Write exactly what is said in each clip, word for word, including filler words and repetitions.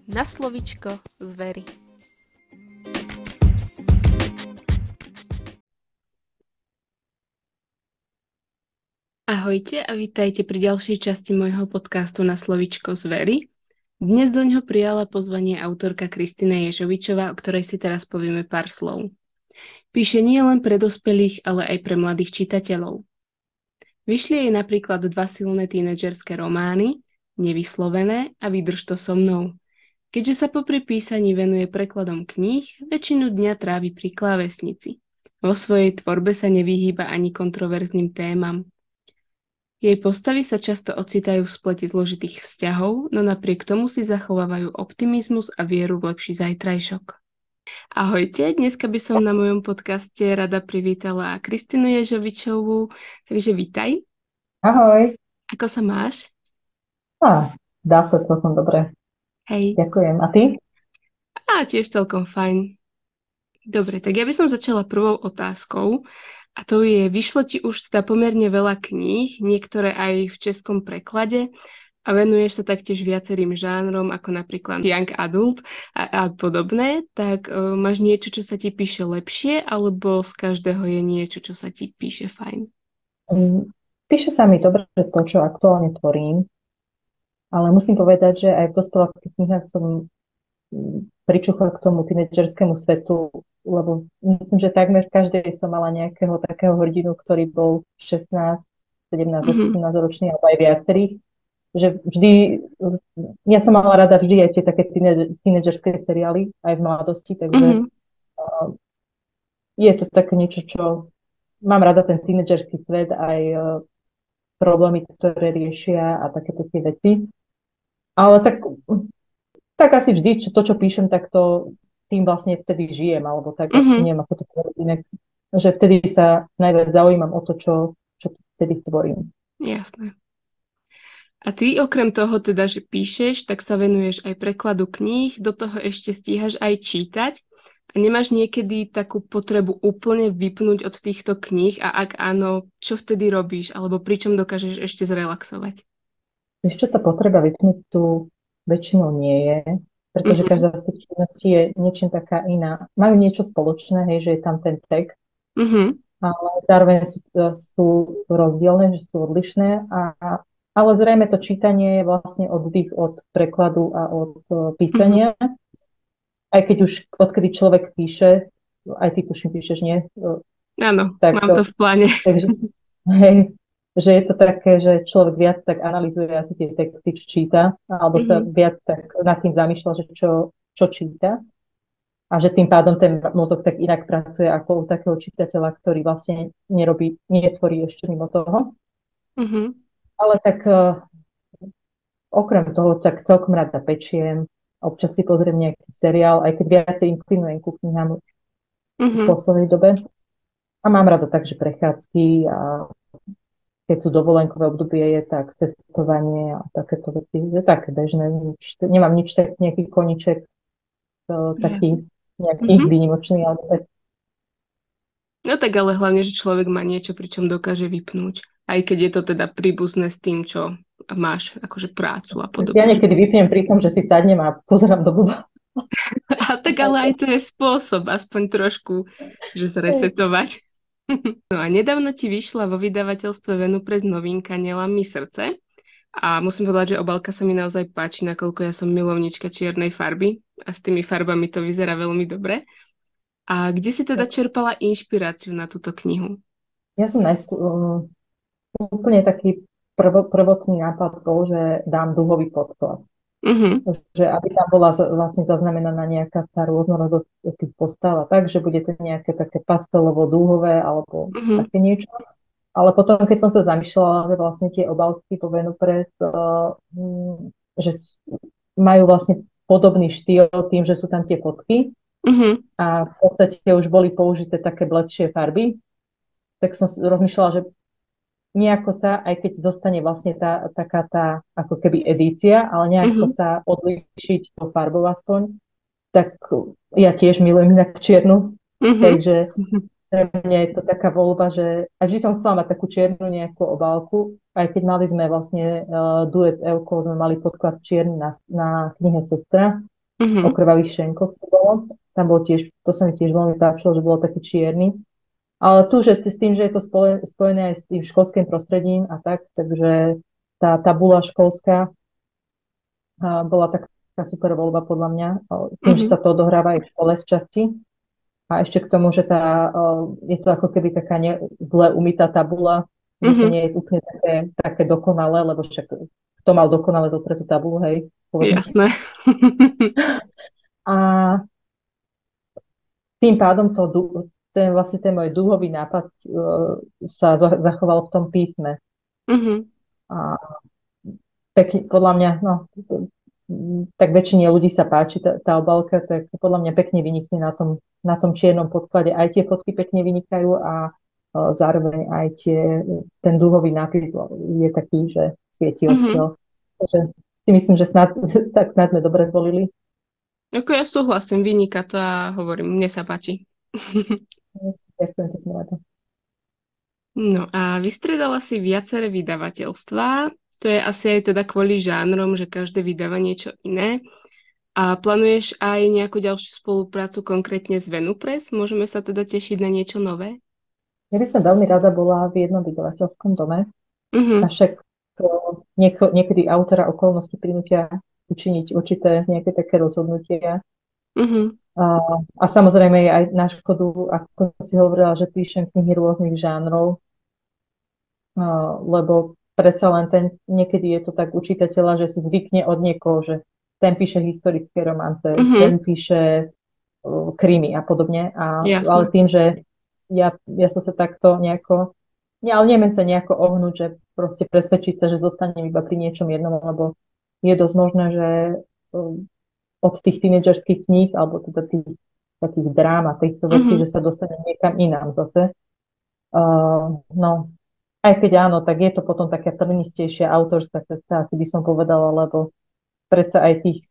Na slovičko z Very. Ahojte a vítajte pri ďalšej časti môjho podcastu Na slovičko z Very. Dnes do ňoho prijala pozvanie autorka Kristina Ježovičová, o ktorej si teraz povieme pár slov. Píše nie len pre dospelých, ale aj pre mladých čitateľov. Vyšli jej napríklad dva silné tínedžerské romány, Nevyslovené a Vydrž to so mnou. Keďže sa popri písaní venuje prekladom kníh, väčšinu dňa trávi pri klávesnici. Vo svojej tvorbe sa nevyhýba ani kontroverzným témam. Jej postavy sa často ocitajú v spleti zložitých vzťahov, no napriek tomu si zachovávajú optimizmus a vieru v lepší zajtrajšok. Ahojte, dneska by som na mojom podcaste rada privítala Kristinu Ježovičovú, takže vítaj. Ahoj. Ako sa máš? Á, dá sa celkom dobre. Hej. Ďakujem. A ty? Á, tiež celkom fajn. Dobre, tak ja by som začala prvou otázkou. A to je, vyšlo ti už teda pomerne veľa kníh, niektoré aj v českom preklade a venuješ sa taktiež viacerým žánrom, ako napríklad young adult a, a podobné, tak uh, máš niečo, čo sa ti píše lepšie, alebo z každého je niečo, čo sa ti píše fajn? Um, píše sa mi dobre to, čo aktuálne tvorím, ale musím povedať, že aj v dospeláckých knihách som pričuchla k tomu tínedžerskému svetu, lebo myslím, že takmer v každej som mala nejakého takého hrdinu, ktorý bol šestnásť, sedemnásť, Mm-hmm. osemnásť ročný, alebo aj viacerých. Že vždy, ja som mala rada vždy aj tie také tínedžerské seriály, aj v mladosti, takže Mm-hmm. uh, je to také niečo, čo mám rada, ten tínedžerský svet, aj uh, problémy, ktoré riešia a takéto tie veci. Ale tak, tak asi vždy, čo, to, čo píšem, tak to tým vlastne vtedy žijem, alebo tak, Mm-hmm. neviem, ako to povedať inak, že vtedy sa najviac zaujímam o to, čo, čo vtedy tvorím. Jasné. A ty okrem toho teda, že píšeš, tak sa venuješ aj prekladu kníh, do toho ešte stíhaš aj čítať a nemáš niekedy takú potrebu úplne vypnúť od týchto kníh a ak áno, čo vtedy robíš, alebo pričom dokážeš ešte zrelaxovať? Vieš čo, tá potreba vypnúť tu väčšinou nie je, pretože Mm-hmm. každá z tých činností je niečím taká iná. Majú niečo spoločné, hej, že je tam ten text, Mm-hmm. ale zároveň sú, sú rozdielne, že sú odlišné, a, ale zrejme to čítanie je vlastne oddych od prekladu a od uh, písania. Mm-hmm. Aj keď už odkedy človek píše, aj ty tuším píšeš, nie? Áno, tak, mám to v pláne. Takže, hej, že je to také, že človek viac tak analyzuje asi tie texty, čo číta, alebo sa Mm-hmm. viac tak nad tým zamýšľa, že čo, čo číta. A že tým pádom ten mozog tak inak pracuje ako u takého čitateľa, ktorý vlastne nerobí, netvorí ešte mimo toho. Mm-hmm. Ale tak uh, okrem toho, tak celkom rada pečiem, občas si pozriem nejaký seriál, aj keď viacej inklinujem ku knihám Mm-hmm. v poslednej dobe. A mám rada takže prechádzky a keď sú dovolenkové obdobie, je tak cestovanie a takéto veci. Je také bežné. Nič, nemám nič tak, nejaký koniček uh, taký nejaký Mm-hmm. výnimočný, ale tak. No tak ale hlavne, že človek má niečo, pričom dokáže vypnúť. Aj keď je to teda príbuzné s tým, čo máš, akože prácu a Ja podobne. niekedy vypnem pri tom, že si sadnem a pozerám do blba. A tak ale aj to je spôsob, aspoň trošku, že zresetovať. No a nedávno ti vyšla vo vydavateľstve Venupres novinka Nelám mi srdce. A musím povedať, že obálka sa mi naozaj páči, nakoľko ja som milovnička čiernej farby a s tými farbami to vyzerá veľmi dobre. A kde si teda čerpala inšpiráciu na túto knihu? Ja som najskú, um, úplne taký prvo, prvotný nápad bol, že dám duhový podklad. Uh-huh. Že aby tam bola vlastne zaznamenaná nejaká tá rôznorodosť tých postav a tak, že bude to nejaké také pastelovo-dúhové alebo uh-huh. také niečo. Ale potom, keď som sa zamýšľala, že vlastne tie obálky po Venupres, uh, že majú vlastne podobný štýl tým, že sú tam tie fotky uh-huh. a v podstate už boli použité také bledšie farby, tak som rozmýšľala, že nejako sa, aj keď zostane vlastne tá, taká tá ako keby edícia, ale nejako uh-huh. sa odlíšiť tou farbou aspoň, tak ja tiež milujem inak čiernu, uh-huh. takže pre mňa je to taká voľba, že a vždy som chcela mať takú čiernu nejakú obálku, aj keď mali sme vlastne uh, duet Evkou, sme mali podklad čierny na, na knihe Sestra, Uh-huh. o krvavých šenkoch to bolo. Tam bol tiež, to sa mi tiež veľmi páčilo, že bolo taký čierny. Ale tu, že s tým, že je to spojené aj s tým školským prostredím a tak, takže tá tabula školská bola taká super voľba podľa mňa. Tým, uh-huh. že sa to odohráva aj v škole z časti. A ešte k tomu, že tá, je to ako keby taká ne, zle umytá tabula, že to uh-huh. nie je úplne také, také dokonalé, lebo však kto mal dokonale zopretú tabulu, hej? Povedzme. Jasné. A tým pádom to, ten, vlastne ten môj dúhový nápad uh, sa zachoval v tom písme. Uh-huh. A pekne, podľa mňa, no, tak väčšine ľudí sa páči tá, tá obálka, tak podľa mňa pekne vynikne na tom, na tom čiernom podklade. Aj tie fotky pekne vynikajú a uh, zároveň aj tie, ten dúhový nápis je taký, že svieti uh-huh. odtiaľ. Takže si myslím, že snad, tak snad sme dobre zvolili. Ako ja súhlasím, vyniká to a hovorím, mne sa páči. Ďakujem, to som rada. No a vystredala si viaceré vydavateľstvá, to je asi aj teda kvôli žánrom, že každé vydáva niečo iné. A plánuješ aj nejakú ďalšiu spoluprácu konkrétne s Venupress? Môžeme sa teda tešiť na niečo nové? Ja by som veľmi rada bola v jednom vydavateľskom dome. Uh-huh. A však to nieko, niekedy autora okolnosti prinútia učiniť určité nejaké také rozhodnutia. Uh-huh. A, a samozrejme je aj na škodu, ako si hovorila, že píšem knihy rôznych žánrov, a, lebo predsa len ten, niekedy je to tak u čitateľa, že si zvykne od niekoho, že ten píše historické romance, uh-huh. ten píše uh, krimi a podobne. A, ale tým, že ja, ja som sa takto nejako, ja, ale neviem sa nejako ohnúť, že proste presvedčiť sa, že zostanem iba pri niečom jednom, lebo je dosť možné, že um, od tých tínedžerských kníh, alebo teda tých takých drám a týchto vecí, uh-huh. že sa dostane niekam inám zase. Uh, no, aj keď áno, tak je to potom taká trnistejšia autorská cesta, asi by som povedala, lebo predsa aj tých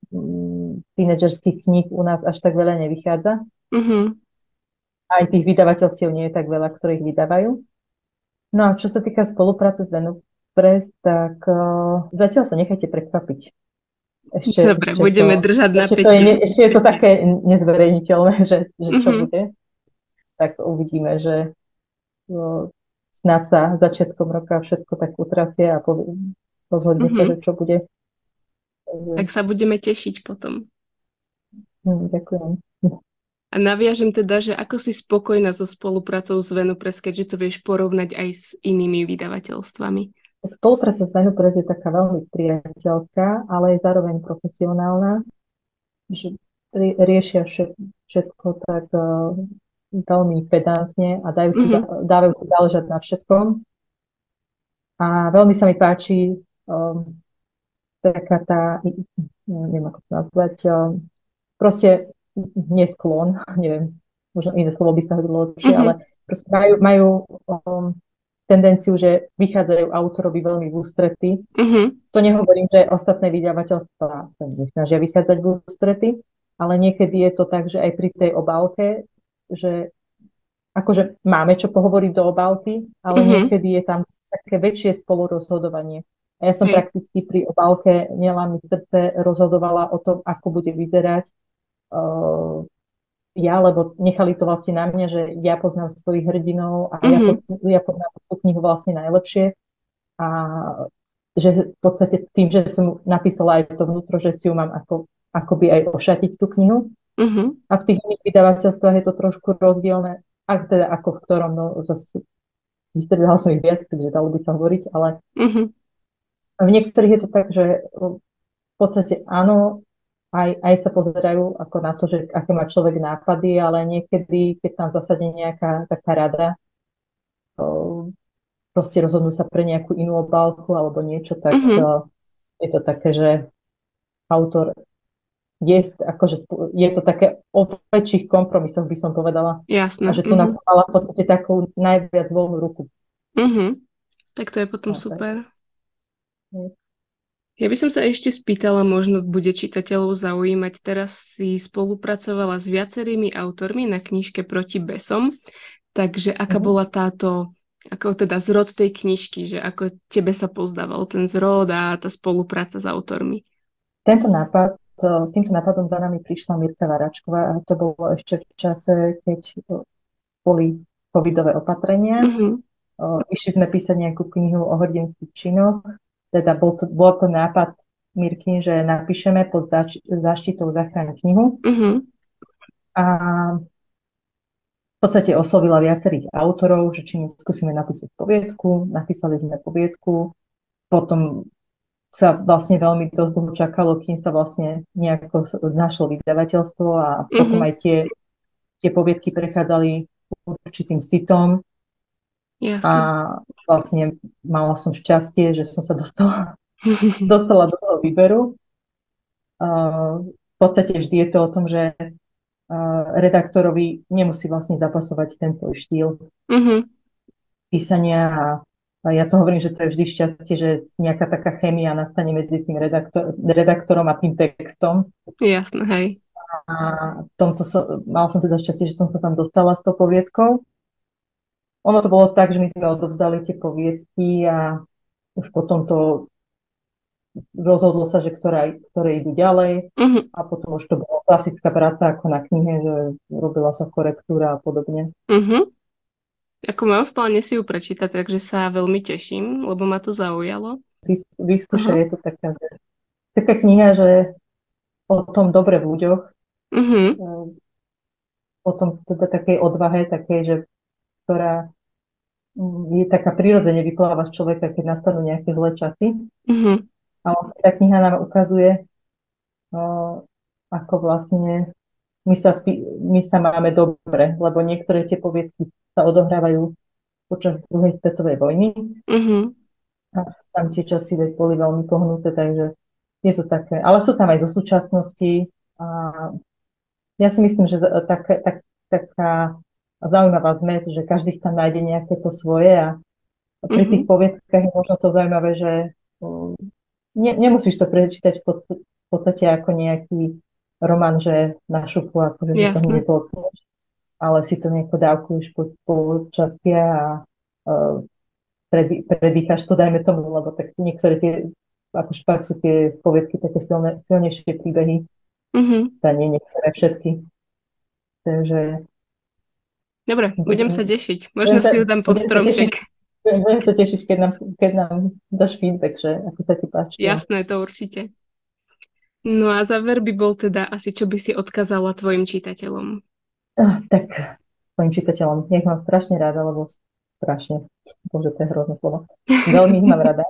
um, tínedžerských kníh u nás až tak veľa nevychádza. Uh-huh. Aj tých vydavateľstiev nie je tak veľa, ktorých vydávajú. No a čo sa týka spolupráce s Venupress, tak uh, zatiaľ sa nechajte prekvapiť. Ešte, Dobre, ešte budeme to, držať na ešte, to je, ešte je to také nezverejniteľné, že, že čo uh-huh. bude. Tak uvidíme, že no, snad sa začiatkom roka všetko tak utrasie a povie, rozhodne uh-huh. sa, že čo bude. Tak sa budeme tešiť potom. Hm, ďakujem. A naviažem teda, že ako si spokojná so spolupracou s Venupress, keďže to vieš porovnať aj s inými vydavateľstvami? Spolupráca s Venupress je taká veľmi priateľská, ale je zároveň profesionálna, že riešia všetko tak uh, veľmi pedantne a dajú si, mm-hmm. dávajú si záležať na všetkom. A veľmi sa mi páči um, taká tá, neviem ako to nazvať, um, proste nesklon, neviem, možno iné slovo by sa hodilo lepšie, mm-hmm. ale proste majú, majú um, tendenciu, že vychádzajú autorovi veľmi v ústrety. Uh-huh. To nehovorím, že ostatné vydavateľstvá sa nesnažia vychádzať v ústrety, ale niekedy je to tak, že aj pri tej obálke, že akože máme čo pohovoriť do obálky, ale uh-huh. niekedy je tam také väčšie spolurozhodovanie. A ja som uh-huh. prakticky pri obálke Nela mi srdce rozhodovala o tom, ako bude vyzerať uh, ja, lebo nechali to vlastne na mňa, že ja poznám svojich hrdinov a mm-hmm. ja, ja poznám tú knihu vlastne najlepšie a že v podstate tým, že som napísala aj to vnútro, že si ju mám ako, akoby aj ošatiť tú knihu mm-hmm. a v tých iných vydavateľstvách je to trošku rozdielne, ak teda ako v ktorom, no zase vystredala som ich viac, takže dalo by sa hovoriť, ale mm-hmm. v niektorých je to tak, že v podstate áno, Aj, aj sa pozerajú ako na to, že aké má človek nápady, ale niekedy, keď tam zasadne nejaká taká rada, to, proste rozhodnú sa pre nejakú inú obálku alebo niečo, tak mm-hmm. to, je to také, že autor je, akože, je to také o väčších kompromisoch, by som povedala. Jasné. A že tu mm-hmm. nás mala v podstate takú najviac voľnú ruku. Mm-hmm. Tak to je potom no, super. Tak. Ja by som sa ešte spýtala, možno bude čitateľov zaujímať, teraz si spolupracovala s viacerými autormi na knižke Proti besom, takže aká mm. bola táto, ako teda zrod tej knižky, že ako tebe sa pozdával ten zrod a tá spolupráca s autormi? Tento nápad to, s týmto nápadom za nami prišla Mirka Varačková a to bolo ešte v čase, keď boli covidové opatrenia. Uh-huh. Išli sme písať nejakú knihu o hrdinských činoch. Teda bol to, bol to nápad Mirky, že napíšeme pod zač- záštitou Zachráň knihu. Uh-huh. A v podstate oslovila viacerých autorov, že či neskúsime napísať poviedku. Napísali sme poviedku. Potom sa vlastne veľmi dosť dlho čakalo, kým sa vlastne nejako našlo vydavateľstvo a mm-hmm. potom aj tie, tie poviedky prechádzali určitým sitom. Jasne. A vlastne mala som šťastie, že som sa dostala, dostala do toho výberu. Uh, v podstate vždy je to o tom, že uh, redaktorovi nemusí vlastne zapasovať ten tvoj štýl mm-hmm. písania a A ja to hovorím, že to je vždy šťastie, že nejaká taká chémia nastane medzi tým redaktor, redaktorom a tým textom. Jasné, hej. A tomto so, mal som teda šťastie, že som sa tam dostala s tou poviedkou. Ono to bolo tak, že my sme odovzdali tie poviedky a už potom to rozhodlo sa, že ktoré, ktoré idú ďalej. Uh-huh. A potom už to bola klasická práca ako na knihe, že robila sa korektúra a podobne. Uh-huh. Ako mám v pláne si ju prečítať, takže sa veľmi teším, lebo ma to zaujalo. Vyskúšaj, uh-huh. Je to taká, taká kniha, že o tom dobre v ľuďoch, uh-huh. o tom teda takej odvahe, takej, že, ktorá je taká prirodzene vypláva z človeka, keď nastanú nejaké zlé časy. Uh-huh. A vlastne tá kniha nám ukazuje, no, ako vlastne my sa, my sa máme dobre, lebo niektoré tie poviedky sa odohrávajú počas druhej svetovej vojny. Uh-huh. A tam tie časy boli veľmi pohnuté, takže je to také. Ale sú tam aj zo súčasnosti. A ja si myslím, že tak, tak, taká zaujímavá zmes, že každý si tam nájde nejaké to svoje a pri uh-huh. tých poviedkach je možno to zaujímavé, že um, ne, nemusíš to prečítať v podstate, v podstate ako nejaký román, že na šupu, akože to nedotkneš, ale si to nejako dávkuješ po, po častia a uh, predý, predýcháš to, dajme tomu, lebo tak niektoré tie, akože fakt sú tie poviedky také silné, silnejšie príbehy, mm-hmm. tá nie niektoré všetky. Takže... Dobre, budem sa tešiť. Možno si ju dám pod stromček. Budem sa tešiť, keď nám, keď nám dáš feedback, že ako sa ti páči. Jasné, to určite. No a záver by bol teda asi, čo by si odkázala tvojim čitateľom? Ah, tak, tvojim čitateľom. Ja ich mám strašne rada, lebo strašne, bože, to je hrozné slovo. Veľmi ich mám rada.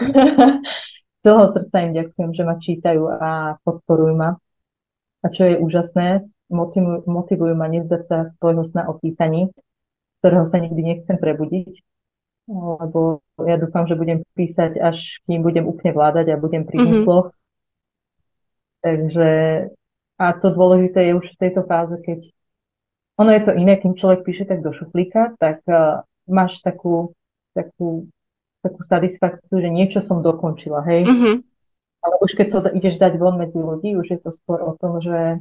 Z celého srdca im ďakujem, že ma čítajú a podporujú ma. A čo je úžasné, motivujú, motivujú ma nevzdať sa svojho sna o písaní, ktorého sa nikdy nechcem prebudiť. Lebo ja dúfam, že budem písať, až kým budem úplne vládať a budem pri husloch. Mm-hmm. Takže a to dôležité je už v tejto fáze, keď ono je to iné, keď človek píše tak do šuflíka, tak uh, máš takú, takú, takú satisfakciu, že niečo som dokončila, hej. Mm-hmm. Ale už keď to ideš dať von medzi ľudí, už je to skôr o tom, že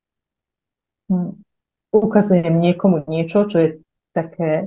hm, ukazujem niekomu niečo, čo je také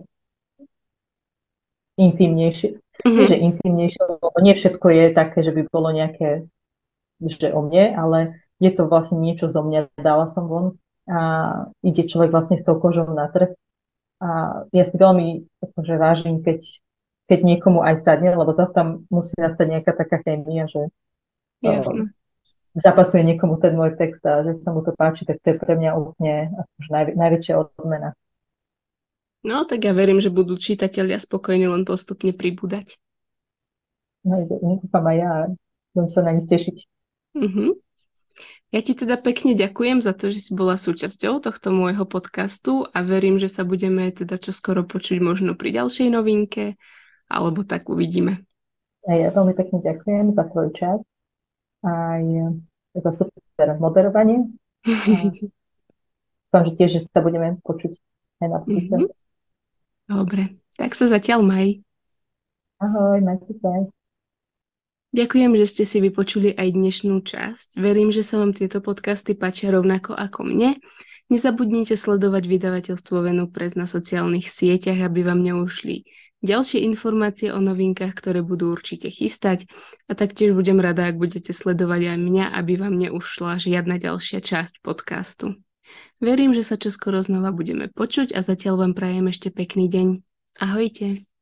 intimnejšie. Mm-hmm. Nie, že intimnejšie, lebo nie všetko je také, že by bolo nejaké že o mne, ale je to vlastne niečo zo mňa, dala som von a ide človek vlastne s tou kožou na trh a ja si veľmi akože vážim, keď, keď niekomu aj sadne, lebo zase tam musí nastať nejaká taká chémia, že uh, zapasuje niekomu ten môj text a že sa mu to páči, tak to je pre mňa úplne akože najv- najväčšia odmena. No, tak ja verím, že budú čitatelia spokojní len postupne pribúdať. No, dúfam aj ja, budem sa na nich tešiť. Uh-huh. Ja ti teda pekne ďakujem za to, že si bola súčasťou tohto môjho podcastu a verím, že sa budeme teda čoskoro počuť možno pri ďalšej novinke, alebo tak uvidíme. A ja veľmi pekne ďakujem za tvoj čas aj za super moderovanie. Dúfam, že tiež, že sa budeme počuť aj na budúce. Uh-huh. Dobre, tak sa zatiaľ maj. Ahoj, majte sa. Ďakujem, že ste si vypočuli aj dnešnú časť. Verím, že sa vám tieto podcasty páčia rovnako ako mne. Nezabudnite sledovať vydavateľstvo Venu Press na sociálnych sieťach, aby vám neušli ďalšie informácie o novinkách, ktoré budú určite chystať a taktiež budem rada, ak budete sledovať aj mňa, aby vám neušla žiadna ďalšia časť podcastu. Verím, že sa čoskoro znova budeme počuť a zatiaľ vám prajem ešte pekný deň. Ahojte.